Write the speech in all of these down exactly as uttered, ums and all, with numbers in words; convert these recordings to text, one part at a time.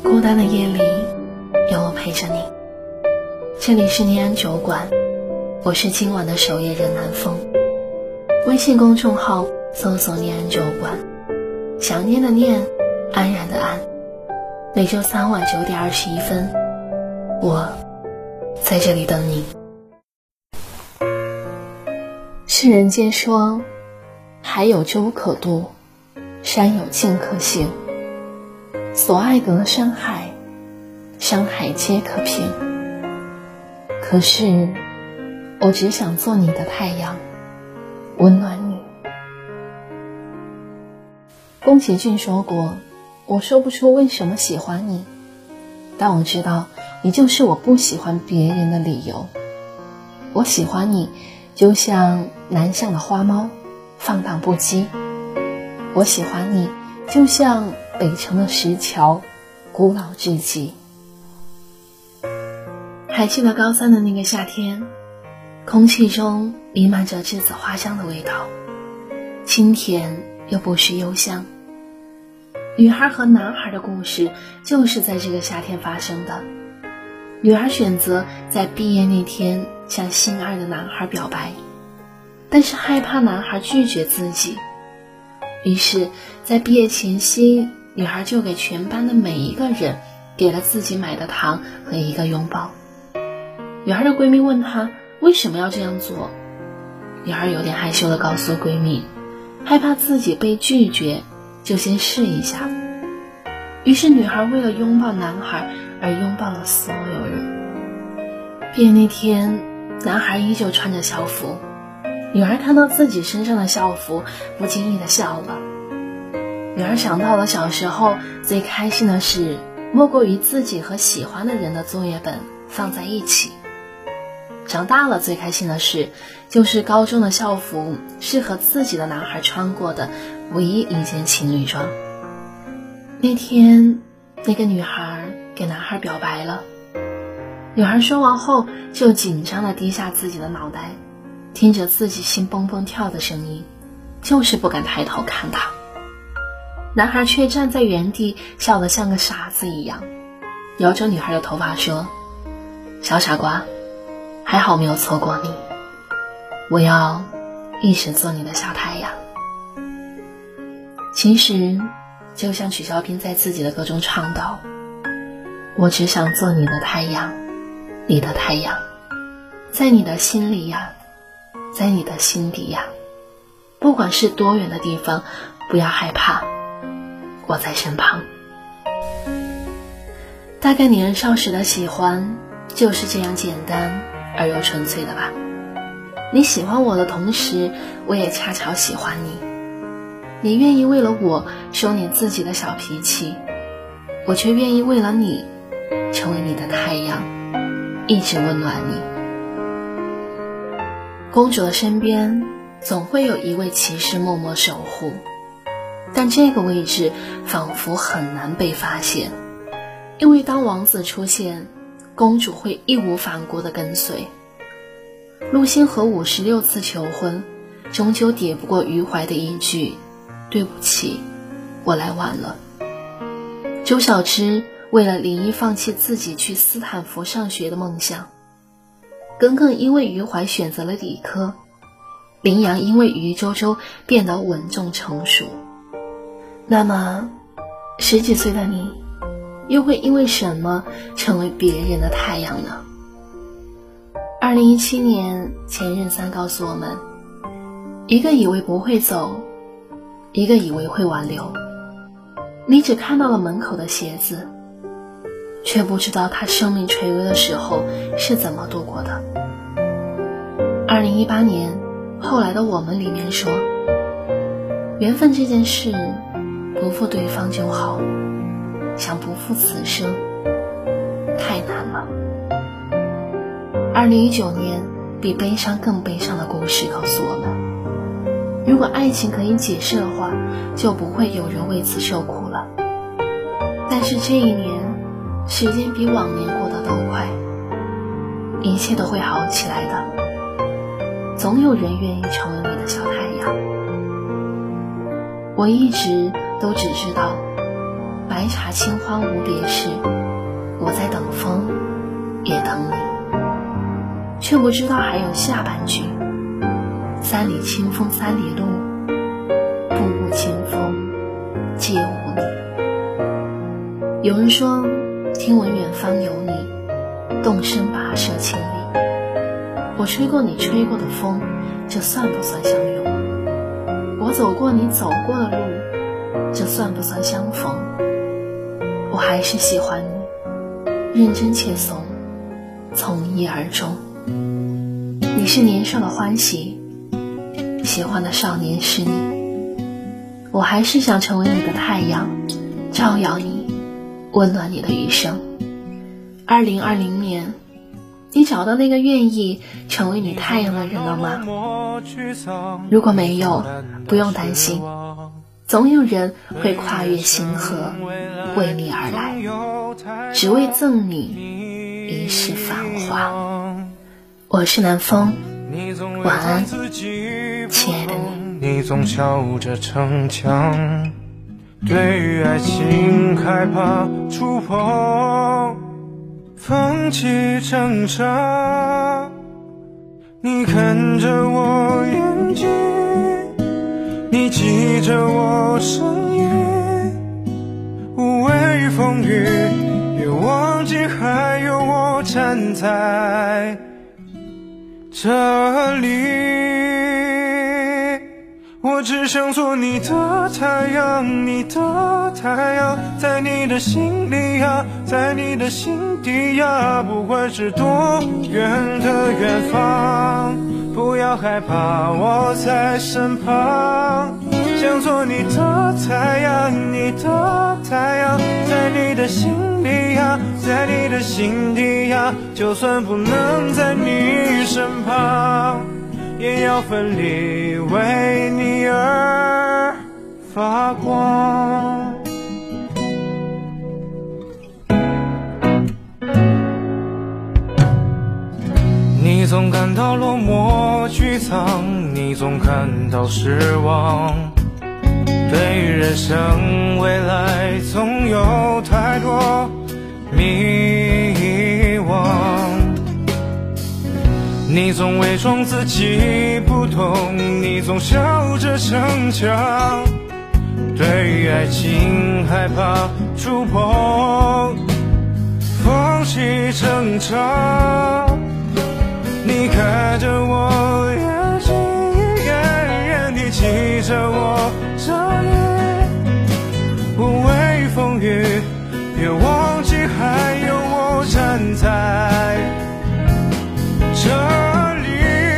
孤单的夜里有我陪着你。这里是念安酒馆，我是今晚的守夜人南风。微信公众号搜索念安酒馆，想念的念，安然的安。每周三晚九点二十一分，我在这里等你。世人皆说海有舟可渡，山有径可行，所爱隔山海，山海皆可平。可是我只想做你的太阳，温暖你。宫崎骏说过，我说不出为什么喜欢你，但我知道你就是我不喜欢别人的理由。我喜欢你就像南向的花猫，放荡不羁。我喜欢你就像北城的石桥，古老至极。还记得高三的那个夏天，空气中弥漫着栀子花香的味道，清甜又不失幽香。女孩和男孩的故事就是在这个夏天发生的。女孩选择在毕业那天向心爱的男孩表白，但是害怕男孩拒绝自己，于是在毕业前夕，女孩就给全班的每一个人给了自己买的糖和一个拥抱。女孩的闺蜜问她为什么要这样做，女孩有点害羞地告诉闺蜜，害怕自己被拒绝，就先试一下。于是女孩为了拥抱男孩而拥抱了所有人。毕业那天，男孩依旧穿着校服，女孩看到自己身上的校服，不经意地笑了。女孩想到了小时候最开心的事，莫过于自己和喜欢的人的作业本放在一起。长大了最开心的事，就是高中的校服是和自己的男孩穿过的唯一一件情侣装。那天，那个女孩给男孩表白了。女孩说完后，就紧张地低下自己的脑袋，听着自己心蹦蹦跳的声音，就是不敢抬头看他。男孩却站在原地，笑得像个傻子一样，摇着女孩的头发说：“小傻瓜，还好没有错过你，我要一直做你的小太阳。”其实就像曲小平在自己的歌中唱道，我只想做你的太阳，你的太阳，在你的心里呀，在你的心底呀，不管是多远的地方，不要害怕，我在身旁。大概年少时的喜欢就是这样简单而又纯粹的吧。你喜欢我的同时，我也恰巧喜欢你。你愿意为了我收敛自己的小脾气，我却愿意为了你成为你的太阳，一直温暖你。公主的身边总会有一位骑士默默守护，但这个位置仿佛很难被发现，因为当王子出现，公主会义无反顾地跟随。陆星河五十六次求婚，终究抵不过余淮的一句对不起，我来晚了。周小栀为了林一放弃自己去斯坦福上学的梦想，耿耿因为余淮选择了理科，林阳因为余周周变得稳重成熟。那么十几岁的你又会因为什么成为别人的太阳呢？二零一七年，前任三告诉我们，一个以为不会走，一个以为会挽留。你只看到了门口的鞋子，却不知道他生命垂危的时候是怎么度过的。二零一八年，后来的我们里面说，缘分这件事，不负对方就好，想不负此生太难了。二零一九年，比悲伤更悲伤的故事告诉我们，如果爱情可以解释的话，就不会有人为此受苦了。但是这一年，时间比往年过得都快，一切都会好起来的，总有人愿意成为你的小太阳。我一直都只知道， 白茶清欢无别事，我在等风也等你，却不知道还有下半句，三里清风三里路，不误清风皆无你。有人说听闻远方有你，动身跋涉千里，我吹过你吹过的风，这算不算相拥？我走过你走过的路，这算不算相逢？我还是喜欢你，认真且怂，从一而终。你是年少的欢喜，喜欢的少年是你，我还是想成为你的太阳，照耀你，温暖你的余生。二零二零年，你找到那个愿意成为你太阳的人了吗？如果没有，不用担心，总有人会跨越星河为你而来，只为赠你一世繁华。我是南风，晚安，亲爱的你。 你总笑着逞强，对于爱情害怕触碰，放弃挣扎。你看着我眼睛，你记着我声音，无畏风雨，别忘记还有我站在这里。我只想做你的太阳，你的太阳，在你的心里呀，在你的心底呀，不管是多远的远方，不要害怕，我在身旁。想做你的太阳，你的太阳，在你的心里呀，在你的心底呀，就算不能在你身旁，也要奋力为你而发光。你总感到落寞沮丧，你总感到失望，对于人生未来总有太多迷惘，你总伪装自己不懂，你总笑着逞强，对于爱情害怕触碰，放弃挣扎。你看着我眼睛，你记着我声音，无畏风雨，别忘记还有我站在这里。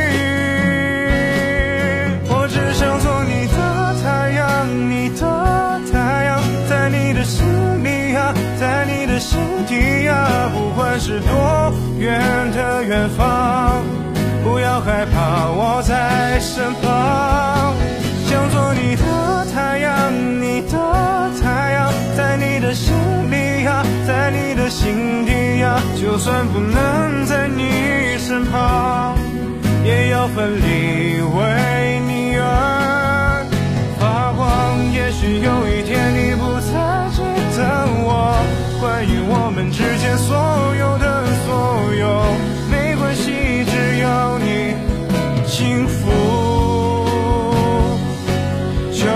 我只想做你的太阳，你的太阳，在你的心里呀，在你的心底呀，不管是多远的远方，不要害怕，我在身旁。想做你的太阳，你的太阳，在你的心里呀，在你的心底呀，就算不能在你身旁，也要奋力为你而发光。也许有一天你不再记得我，关于我们之间所有的所有，没关系，只要你幸福就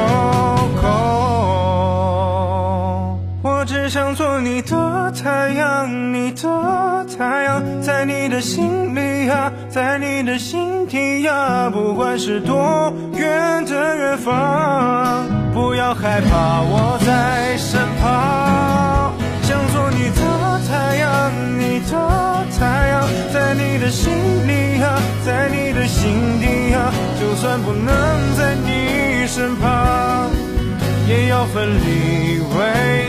够。我只想做你的太阳，你的太阳，在你的心里呀，在你的心底呀，不管是多远的远方，不要害怕，我在身旁。想做你的太阳，你的太阳，在你的心里呀，在你的心底呀，就算不能在你身旁，也要奋力为